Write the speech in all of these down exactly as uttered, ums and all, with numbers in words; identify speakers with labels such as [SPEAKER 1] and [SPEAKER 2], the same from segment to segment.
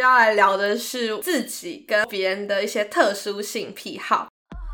[SPEAKER 1] 要来聊的是自己跟别人的一些特殊性癖好。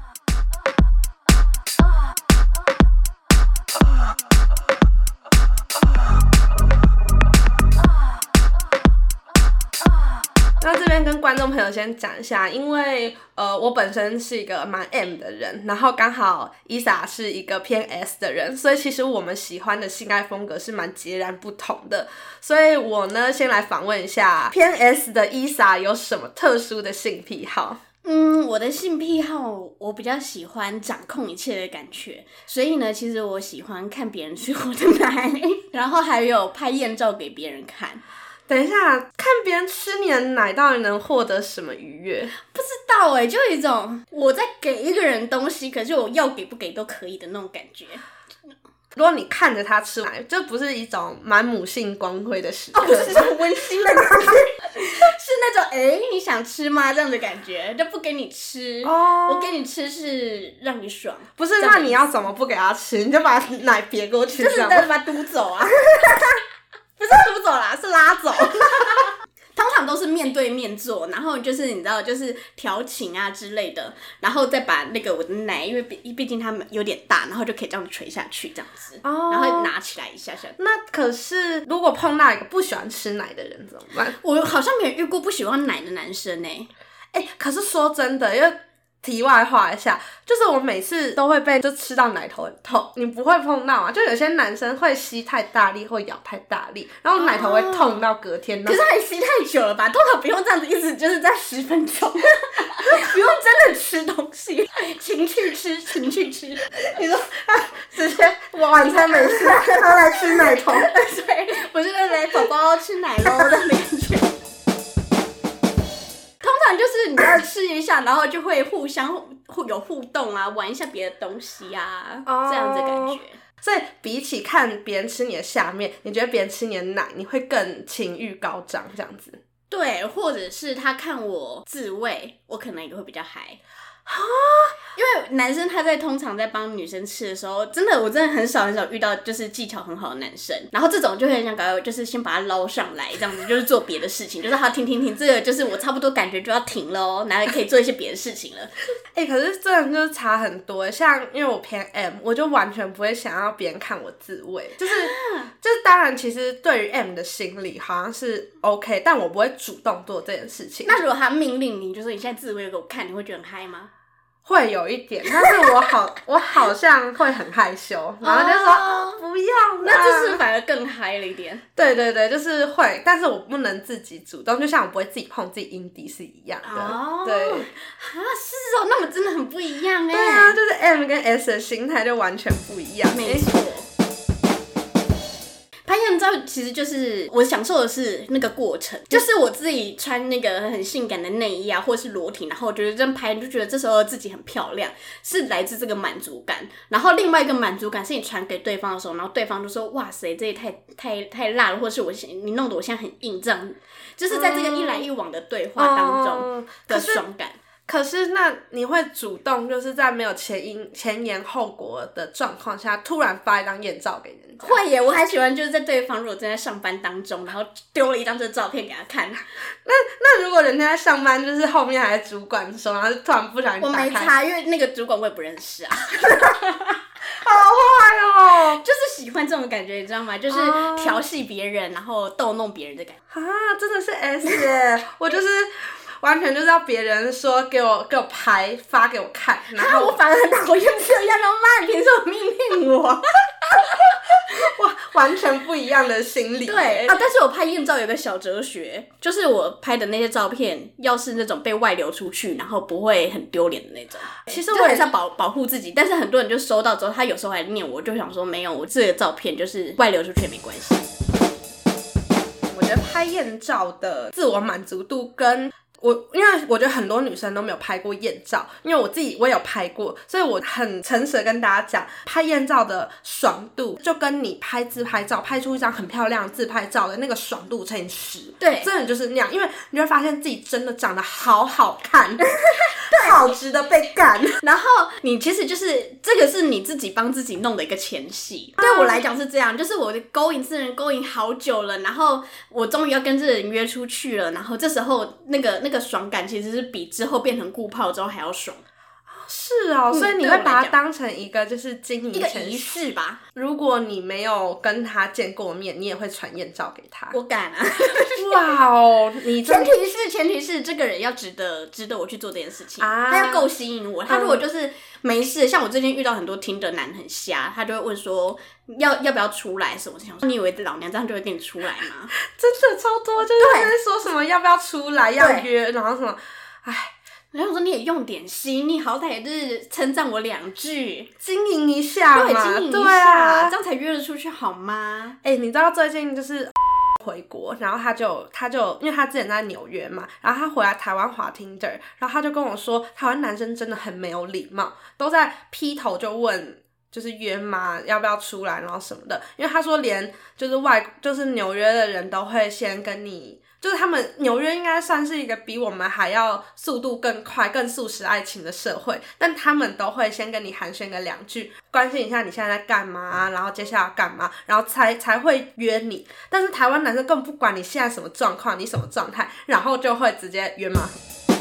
[SPEAKER 1] 那这边跟观众朋友先讲一下，因为呃我本身是一个蛮 M 的人，然后刚好伊莎是一个偏 S 的人，所以其实我们喜欢的性爱风格是蛮截然不同的。所以我呢先来访问一下偏 S 的伊莎有什么特殊的性癖好。
[SPEAKER 2] 嗯，我的性癖好，我比较喜欢掌控一切的感觉，所以呢，其实我喜欢看别人吃我的奶，然后还有拍艳照给别人看。
[SPEAKER 1] 等一下，看别人吃你的奶到底能获得什么愉悦？
[SPEAKER 2] 不知道哎、欸，就有一种我在给一个人东西，可是我要给不给都可以的那种感觉。
[SPEAKER 1] 如果你看着他吃奶，就不是一种蛮母性光辉的时刻，
[SPEAKER 2] 哦，不是很温馨的感觉，是那种哎、欸，你想吃吗？这样的感觉，就不给你吃。哦，我给你吃是让你爽，
[SPEAKER 1] 不是？那你要怎么不给他吃？你就把奶别过去，
[SPEAKER 2] 就是再把他嘟走啊。不是嘟走啦，是拉走。通常都是面对面做，然后就是你知道，就是调情啊之类的，然后再把那个我的奶，因为毕毕竟它有点大，然后就可以这样垂下去，这样子，哦、然后拿起来一下下。
[SPEAKER 1] 那可是如果碰到一个不喜欢吃奶的人怎么办？
[SPEAKER 2] 我好像没有遇过不喜欢奶的男生哎、欸。
[SPEAKER 1] 哎、欸，可是说真的，因为题外话一下，就是我每次都会被就吃到奶头很痛，你不会碰到啊？就有些男生会吸太大力或咬太大力，然后奶头会痛到隔天。
[SPEAKER 2] 可是还吸太久了吧？通常不用这样子，一直就是在十分钟，不用真的吃东西，情趣吃，情趣吃。
[SPEAKER 1] 你说啊，直接我晚餐没吃，他来吃奶头，
[SPEAKER 2] 对，我是来宝宝吃奶咯的感觉。通常就是你要吃一下，然后就会互相互有互动啊，玩一下别的东西啊， oh, 这样子的感觉。
[SPEAKER 1] 所以比起看别人吃你的下面，你觉得别人吃你的奶，你会更情欲高涨这样子？
[SPEAKER 2] 对，或者是他看我自慰，我可能也会比较嗨。啊，因为男生他在通常在帮女生吃的时候，真的我真的很少很少遇到就是技巧很好的男生，然后这种就很想搞，就是先把他捞上来，这样子就是做别的事情，就是他停停停，这个就是我差不多感觉就要停了哦，然后可以做一些别的事情了。
[SPEAKER 1] 哎、欸，可是真的就是差很多，像因为我偏 M， 我就完全不会想要别人看我自慰，就是、啊、就是当然其实对于 M 的心理好像是 OK， 但我不会主动做这件事情。
[SPEAKER 2] 那如果他命令你，就说你现在自慰给我看，你会觉得很嗨吗？
[SPEAKER 1] 会有一点，但是我好我好像会很害羞，然后就说、哦、不要啦，
[SPEAKER 2] 那这是反而更嗨了一点。
[SPEAKER 1] 对对对，就是会，但是我不能自己主动，就像我不会自己碰自己阴蒂是一样的。哦，对啊，
[SPEAKER 2] 是哦，那么真的很不一样哎。
[SPEAKER 1] 对啊，就是 M 跟 S 的心态就完全不一样。
[SPEAKER 2] 没错。拍艳照其实就是我享受的是那个过程，就是我自己穿那个很性感的内衣啊，或是裸体，然后我觉得这样拍就觉得这时候自己很漂亮，是来自这个满足感。然后另外一个满足感是你传给对方的时候，然后对方就说哇塞，这也太太太辣了，或是我你弄得我现在很硬，这样就是在这个一来一往的对话当中的爽感。嗯，
[SPEAKER 1] 可是那你会主动就是在没有前因前言后果的状况下突然发一张艳照给人家？
[SPEAKER 2] 会耶，我还喜欢就是在对方如果正在上班当中，然后丢了一张这照片给他看。
[SPEAKER 1] 那那如果人家在上班，就是后面还是主管说，然后就突然不小心打开，
[SPEAKER 2] 我没差，因为那个主管我也不认识啊。
[SPEAKER 1] 好坏哦，
[SPEAKER 2] 就是喜欢这种感觉，你知道吗？就是调戏别人，然后逗弄别人的感觉。
[SPEAKER 1] 啊，真的是 S 耶！我就是完全就是要别人说给我给我拍发给我看，然后
[SPEAKER 2] 我反而很讨厌这样，然后妈，你凭什么命令我？
[SPEAKER 1] 哇，完全不一样的心理。
[SPEAKER 2] 对啊，但是我拍艳照有个小哲学，就是我拍的那些照片，要是那种被外流出去，然后不会很丢脸的那种。其实我也是要保保护自己，但是很多人就收到之后，他有时候还念我，就想说没有，我这个照片就是外流出去也没关系。
[SPEAKER 1] 我觉得拍艳照的自我满足度跟我，因为我觉得很多女生都没有拍过艳照，因为我自己我也有拍过，所以我很诚实的跟大家讲，拍艳照的爽度就跟你拍自拍照拍出一张很漂亮的自拍照的那个爽度乘以十，
[SPEAKER 2] 对，
[SPEAKER 1] 真的就是那样，因为你会发现自己真的长得好好看，对，好好值得被干。
[SPEAKER 2] 然后你其实就是这个是你自己帮自己弄的一个前戏，对我来讲是这样，就是我勾引这人勾引好久了，然后我终于要跟这人约出去了，然后这时候那个那个爽感其实是比之后变成固炮之后还要爽。
[SPEAKER 1] 是哦，所以你会把它当成一个就是经营
[SPEAKER 2] 一个仪式吧。
[SPEAKER 1] 如果你没有跟他见过面，你也会传艳照给他。
[SPEAKER 2] 我敢啊！
[SPEAKER 1] 哇哦，你
[SPEAKER 2] 前提是前提是这个人要值得值得我去做这件事情，啊、他要够吸引我。他如果就是没事，嗯、像我最近遇到很多听的男很瞎，他就会问说要要不要出来什么？想说你以为老娘这样就会跟你出来吗？
[SPEAKER 1] 真的超多，就是在说什么要不要出来要约，然后什么，哎。
[SPEAKER 2] 然后我说你也用点心，你好歹也是称赞我两句，
[SPEAKER 1] 经营一下嘛，
[SPEAKER 2] 对，经营一下，啊、这样才约得出去好吗？
[SPEAKER 1] 哎、欸，你知道最近就是回国，然后他就他就因为他之前在纽约嘛，然后他回来台湾滑 Tinder， 然后他就跟我说，台湾男生真的很没有礼貌，都在劈头就问。就是约嘛，要不要出来，然后什么的。因为他说连就是外就是纽约的人都会先跟你，就是他们纽约应该算是一个比我们还要速度更快、更速食爱情的社会，但他们都会先跟你寒暄个两句，关心一下你现在在干嘛，然后接下来要干嘛，然后才才会约你。但是台湾男生根本不管你现在什么状况，你什么状态，然后就会直接约嘛。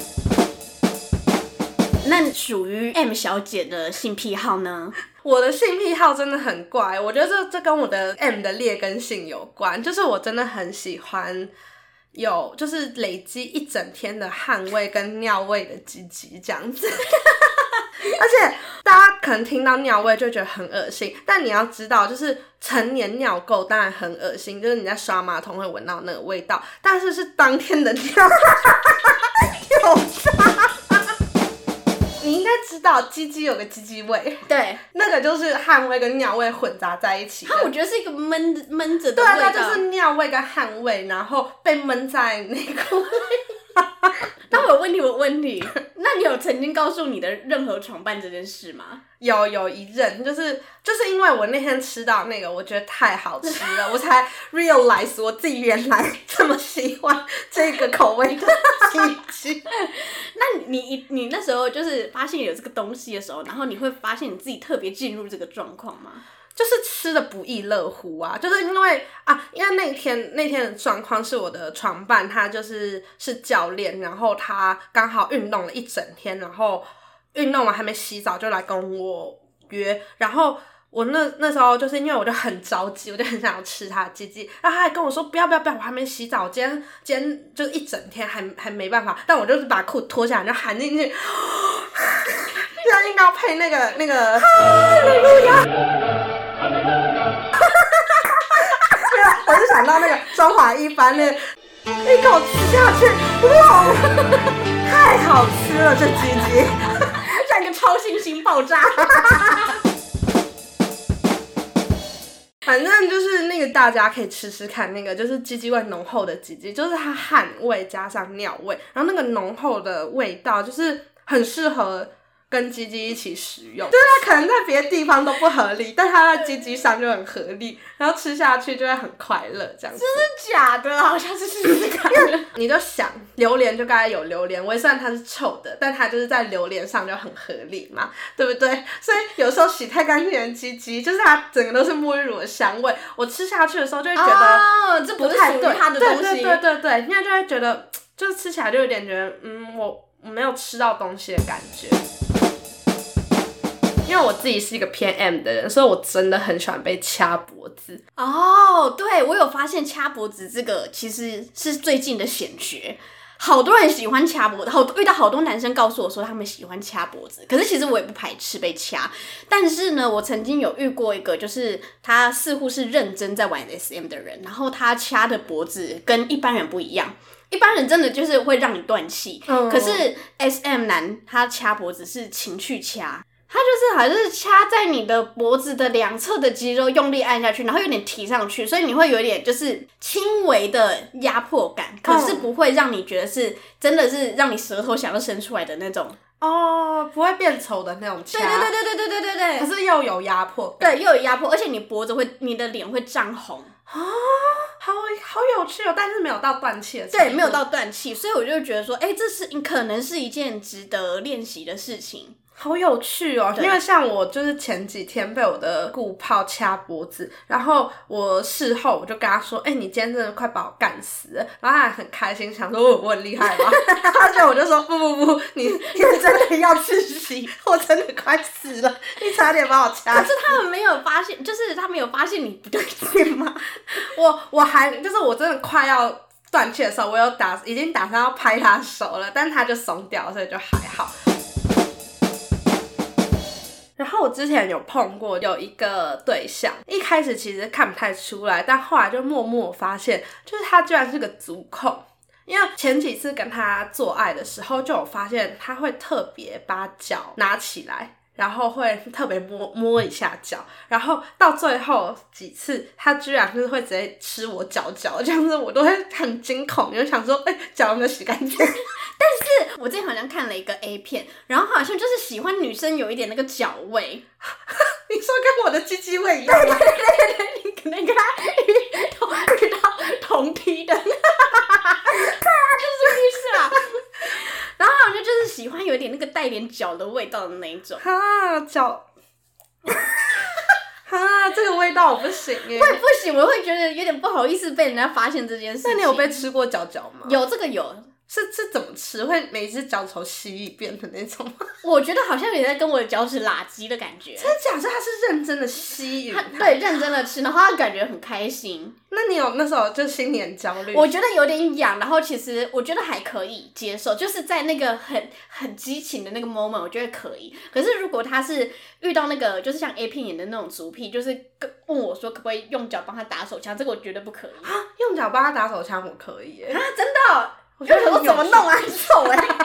[SPEAKER 2] 那属于 M 小姐的性癖好呢？
[SPEAKER 1] 我的性癖好真的很怪，我觉得这这跟我的 M 的劣根性有关，就是我真的很喜欢有就是累积一整天的汗味跟尿味的鸡鸡这样子。而且大家可能听到尿味就觉得很恶心，但你要知道就是成年尿垢当然很恶心，就是你在刷马桶会闻到那个味道，但是是当天的尿有差。你应该知道鸡鸡有个鸡鸡味，
[SPEAKER 2] 对，
[SPEAKER 1] 那个就是汗味跟尿味混杂在一起的。
[SPEAKER 2] 它我觉得是一个闷闷着的味道，
[SPEAKER 1] 对啊，就是尿味跟汗味，然后被闷在那个味。
[SPEAKER 2] 那我有问题，我有问题，那你有曾经告诉你的任何床伴这件事吗？
[SPEAKER 1] 有有一任，就是就是因为我那天吃到那个，我觉得太好吃了，我才 realize 我自己原来这么喜欢这个口味的鸡鸡。
[SPEAKER 2] 那你你那时候就是发现有这个东西的时候，然后你会发现你自己特别进入这个状况吗？
[SPEAKER 1] 就是吃的不亦乐乎啊，就是因为啊，因为那天那天的状况是我的床伴，他就是是教练，然后他刚好运动了一整天，然后运动完还没洗澡就来跟我约，然后我那那时候就是因为我就很着急，我就很想要吃他的鸡鸡，然后他还跟我说不要不要不要，我还没洗澡，今天今天就是一整天还还没办法，但我就是把裤脱下来就含进去，这样应该要配那个那个哈利路亚。我就想到那个中华一番那一口吃下去，哇，太好吃了，这鸡鸡
[SPEAKER 2] 像一个超新星爆炸。
[SPEAKER 1] 反正就是那个大家可以吃吃看，那个就是鸡鸡味浓厚的鸡鸡，就是它汗味加上尿味，然后那个浓厚的味道就是很适合跟鸡鸡一起食用，就是它可能在别的地方都不合理，但它在鸡鸡上就很合理，然后吃下去就会很快乐，这样子。
[SPEAKER 2] 真的假的？好像是试试看。
[SPEAKER 1] 你就想榴莲就该有榴莲味，虽然它是臭的，但它就是在榴莲上就很合理嘛，对不对？所以有时候洗太干净的鸡鸡，就是它整个都是沐浴乳的香味，我吃下去的时候就会觉得
[SPEAKER 2] 哦，这不太对它的东西，
[SPEAKER 1] 对对对对对，因为就会觉得就是吃起来就有点觉得嗯，我我没有吃到东西的感觉。因为我自己是一个偏 M 的人，所以我真的很喜欢被掐脖子。
[SPEAKER 2] 哦，对，我有发现掐脖子这个其实是最近的显学，好多人喜欢掐脖子，好遇到好多男生告诉我说他们喜欢掐脖子，可是其实我也不排斥被掐，但是呢，我曾经有遇过一个，就是他似乎是认真在玩 S M 的人，然后他掐的脖子跟一般人不一样。一般人真的就是会让你断气，嗯，可是 S M 男他掐脖子是情趣掐。它就是好像是掐在你的脖子的两侧的肌肉，用力按下去，然后有点提上去，所以你会有点就是轻微的压迫感，可是不会让你觉得是真的是让你舌头想要伸出来的那种。
[SPEAKER 1] 哦，不会变丑的那种掐。
[SPEAKER 2] 对对对对对对对对。
[SPEAKER 1] 可是又有压迫感。
[SPEAKER 2] 对，又有压迫，而且你脖子会，你的脸会涨红。
[SPEAKER 1] 哦，好好有趣哦，但是没有到断气的程度。
[SPEAKER 2] 对，没有到断气，所以我就觉得说，哎、欸，这是可能是一件值得练习的事情。
[SPEAKER 1] 好有趣哦，因为像我就是前几天被我的顾炮掐脖子，然后我事后我就跟他说，哎、欸，你今天真的快把我干死了，然后他还很开心，想说我我很厉害吗？而且我就说不不不，你你真的要窒息，我真的快死了，你差点把我掐死。
[SPEAKER 2] 可是他们没有发现，就是他没有发现你不对劲吗？
[SPEAKER 1] 我我还就是我真的快要断气的时候，我有打已经打算要拍他手了，但他就松掉，所以就还好。然后我之前有碰过有一个对象，一开始其实看不太出来，但后来就默默发现，就是他居然是个足控。因为前几次跟他做爱的时候，就有发现他会特别把脚拿起来，然后会特别摸摸一下脚，然后到最后几次，他居然就是会直接吃我脚脚，这样子我都会很惊恐，就想说，哎、欸，脚有没有洗干净？
[SPEAKER 2] 但是我之前好像看了一个 A 片，然后好像就是喜欢女生有一点那个脚味。
[SPEAKER 1] 你说跟我的鸡鸡味一样吗？
[SPEAKER 2] 对对对对，你可能跟他遇遇到同批的，对啊，就是这个意思啦。然后好像就是喜欢有一点那个带点脚的味道的那一种。
[SPEAKER 1] 哈，脚。哈，这个味道我不行耶。
[SPEAKER 2] 我也不行，我会觉得有点不好意思被人家发现这件事情。
[SPEAKER 1] 那你有被吃过脚脚吗？
[SPEAKER 2] 有，这个有。
[SPEAKER 1] 是是怎么吃？会每一只脚趾吸一遍的那种吗？
[SPEAKER 2] 我觉得好像也在跟我的脚趾拉鸡的感觉。
[SPEAKER 1] 真的假的？他是认真的吸吮它，
[SPEAKER 2] 对，认真的吃，然后他感觉很开心。
[SPEAKER 1] 那你有那时候就心里很焦虑？
[SPEAKER 2] 我觉得有点痒，然后其实我觉得还可以接受，就是在那个很很激情的那个 moment， 我觉得可以。可是如果他是遇到那个就是像 A 片演的那种足癖，就是问我说可不可以用脚帮他打手枪，这个我觉得不可以。
[SPEAKER 1] 啊，用脚帮他打手枪我可以耶。
[SPEAKER 2] 啊，真的？我觉得我怎么弄啊，很丑哎、欸！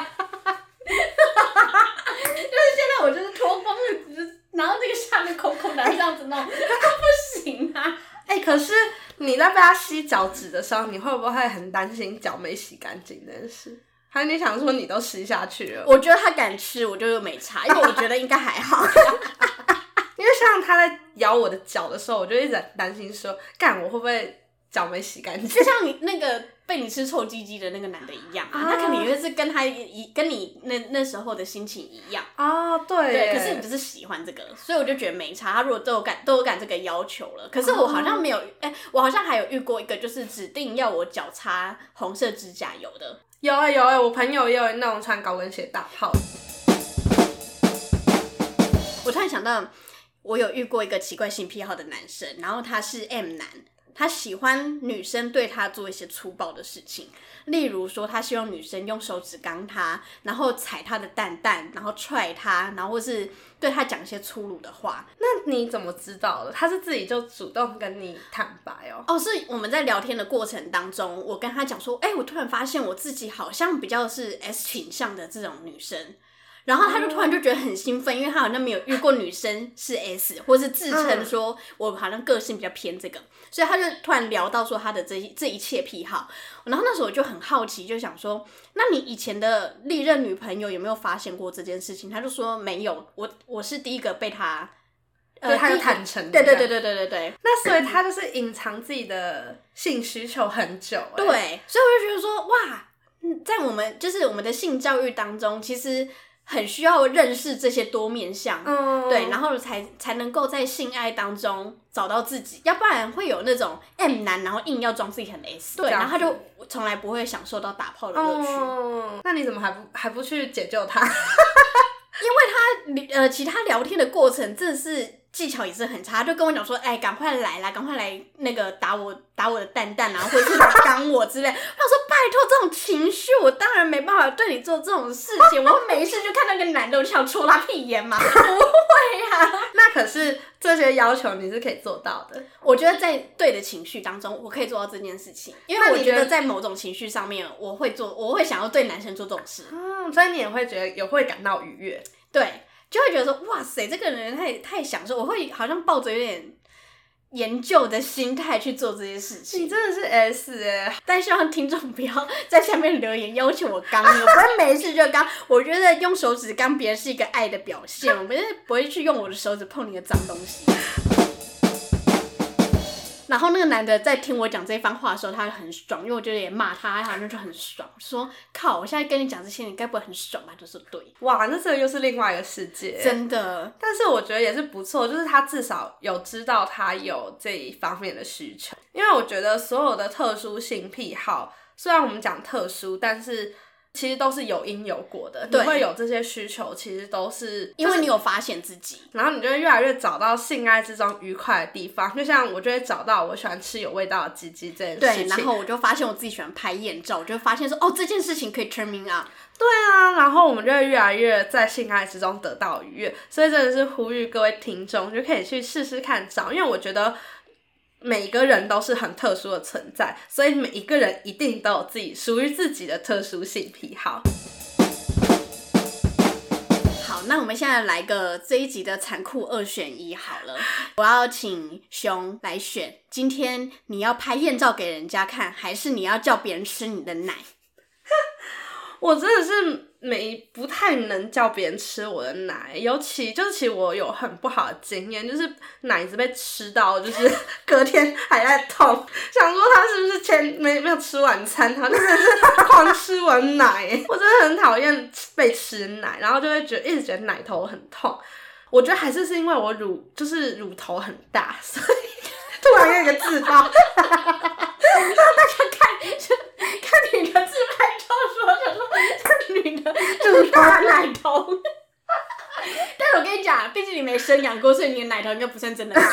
[SPEAKER 2] 就是现在我就是脱光了，然后那个下面空空的，这样子弄，不行啊！
[SPEAKER 1] 哎、欸，可是你在被他吸脚趾的时候，你会不会很担心脚没洗干净这件事？还是你想说你都吸下去了？
[SPEAKER 2] 我觉得他敢吃，我就没差，因为我觉得应该还好。
[SPEAKER 1] 因为像他在咬我的脚的时候，我就一直很担心说，干我会不会脚没洗干净？
[SPEAKER 2] 就像你那个被你吃臭鸡鸡的那个男的一样，啊、他可能也是跟他一跟你那那时候的心情一样
[SPEAKER 1] 啊、哦，对
[SPEAKER 2] 对，可是你不是喜欢这个，所以我就觉得没差。他如果都有敢都有敢这个要求了，可是我好像没有，哎、哦欸，我好像还有遇过一个，就是指定要我脚擦红色指甲油的。
[SPEAKER 1] 有啊有啊，我朋友也有那种穿高跟鞋打炮。
[SPEAKER 2] 我突然想到，我有遇过一个奇怪性癖好的男生，然后他是 M 男。他喜欢女生对他做一些粗暴的事情，例如说他希望女生用手指刚他，然后踩他的蛋蛋，然后踹他，然后或是对他讲一些粗鲁的话。
[SPEAKER 1] 那你怎么知道的？他是自己就主动跟你坦白哦？
[SPEAKER 2] 哦，是我们在聊天的过程当中，我跟他讲说，哎、欸，我突然发现我自己好像比较是 S 倾向的这种女生。然后他就突然就觉得很兴奋，因为他好像没有遇过女生是 S， 或是自称说我好像个性比较偏这个，所以他就突然聊到说他的这这一切癖好。然后那时候我就很好奇，就想说，那你以前的历任女朋友有没有发现过这件事情？他就说没有，我我是第一个被他，
[SPEAKER 1] 呃，他就坦诚。
[SPEAKER 2] 对对对对对对对。
[SPEAKER 1] 那所以他就是隐藏自己的性需求很久、欸。
[SPEAKER 2] 对，所以我就觉得说，哇，在我们就是我们的性教育当中，其实很需要认识这些多面向，嗯，对，然后才才能够在性爱当中找到自己，要不然会有那种 M 男，然后硬要装自己很 S， 对，然后他就从来不会享受到打炮的乐趣。
[SPEAKER 1] 哦，那你怎么还不还不去解救他？
[SPEAKER 2] 因为他呃，其他聊天的过程真的是技巧也是很差，他就跟我讲说，哎，赶快来啦，赶快来那个打我打我的蛋蛋啊，或者是刚我之类。我想说，拜托，这种情绪我当然没办法对你做这种事情，我没事就看到一个男的，我就想戳他屁眼嘛，不会啊。
[SPEAKER 1] 那可是这些要求你是可以做到的。
[SPEAKER 2] 我觉得在对的情绪当中，我可以做到这件事情，因为我觉得在某种情绪上面，我会做，我会想要对男生做这种事。
[SPEAKER 1] 嗯，所以你也会觉得有会感到愉悦，
[SPEAKER 2] 对。就会觉得说，哇塞，这个人太太享受，我会好像抱着有点研究的心态去做这些事情。
[SPEAKER 1] 你真的是 S 哎、欸！
[SPEAKER 2] 但希望听众不要在下面留言要求我刚你，我不会没事就刚。我觉得用手指刚别人是一个爱的表现，我不是不会去用我的手指碰你的脏东西。 然后那个男的在听我讲这一番话的时候，他就很爽，因为我觉得也骂他，他好像就很爽，说靠，我现在跟你讲这些，你该不会很爽吧？就说对，
[SPEAKER 1] 哇，那这个又是另外一个世界，
[SPEAKER 2] 真的。
[SPEAKER 1] 但是我觉得也是不错，就是他至少有知道他有这一方面的需求，因为我觉得所有的特殊性癖好，虽然我们讲特殊，但是其实都是有因有果的，你会有这些需求，其实都是、就是、
[SPEAKER 2] 因为你有发现自己，
[SPEAKER 1] 然后你就会越来越找到性爱之中愉快的地方。就像我就会找到我喜欢吃有味道的鸡鸡这件事情，
[SPEAKER 2] 对，然后我就发现我自己喜欢拍艳照，我就发现说哦，这件事情可以 turn me on。
[SPEAKER 1] 对啊，然后我们就会越来越在性爱之中得到愉悦，所以真的是呼吁各位听众就可以去试试看找，因为我觉得每个人都是很特殊的存在，所以每一个人一定都有自己属于自己的特殊性癖好。
[SPEAKER 2] 好，那我们现在来个这一集的残酷二选一好了，我要请熊来选，今天你要拍艳照给人家看，还是你要叫别人吃你的奶？
[SPEAKER 1] 我真的是没不太能叫别人吃我的奶，尤其就是其实我有很不好的经验，就是奶子被吃到，就是隔天还在痛，想说他是不是前没没有吃晚餐，他真的是狂吃我的奶，我真的很讨厌被吃奶，然后就会觉得一直觉得奶头很痛。我觉得还是是因为我乳就是乳头很大，所以突然有一个自爆。
[SPEAKER 2] 大家看看你的自拍照说什么？这女的乳大奶头。但是我跟你讲，毕竟你没生养过，所以你的奶头应该不算真的大。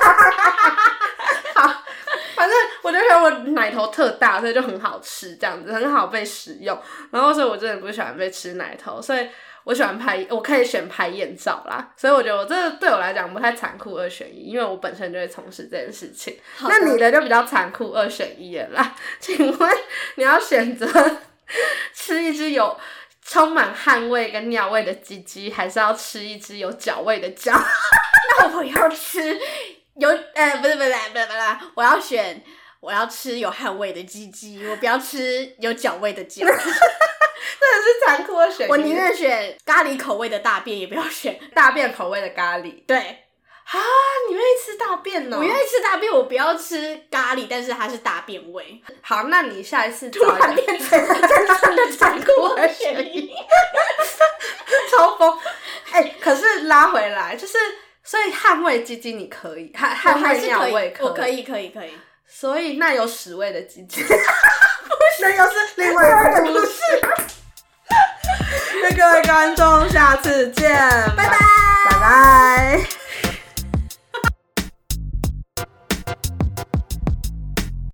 [SPEAKER 1] 好，反正我就觉得我奶头特大，所以就很好吃，这样子很好被使用。然后所以我真的不喜欢被吃奶头，所以我喜欢拍，我可以选拍艳照啦。所以我觉得我这对我来讲不太残酷二选一，因为我本身就会从事这件事情。那你的就比较残酷二选一了啦。请问你要选择吃一只有充满汗味跟尿味的鸡鸡，还是要吃一只有脚味的脚？
[SPEAKER 2] 那我要吃有呃不是不是不是不是，我要选我要吃有汗味的鸡鸡，我不要吃有脚味的脚。
[SPEAKER 1] 真的是残酷的选，
[SPEAKER 2] 我宁愿选咖喱口味的大便，也不要选
[SPEAKER 1] 大便口味的咖喱。
[SPEAKER 2] 对
[SPEAKER 1] 啊，你愿意吃大便哦？
[SPEAKER 2] 我愿意吃大便，我不要吃咖喱，但是它是大便味。
[SPEAKER 1] 好，那你下一次
[SPEAKER 2] 突然变成真正的残酷二选一，
[SPEAKER 1] 超疯！哎、欸，可是拉回来，就是所以汗味鸡鸡你可以，汗汗味尿味可以，
[SPEAKER 2] 我可以可以可以。
[SPEAKER 1] 所以那有屎味的鸡鸡，那又是另外一个故事。那各位观众，下次见，
[SPEAKER 2] 拜拜，
[SPEAKER 1] 拜拜。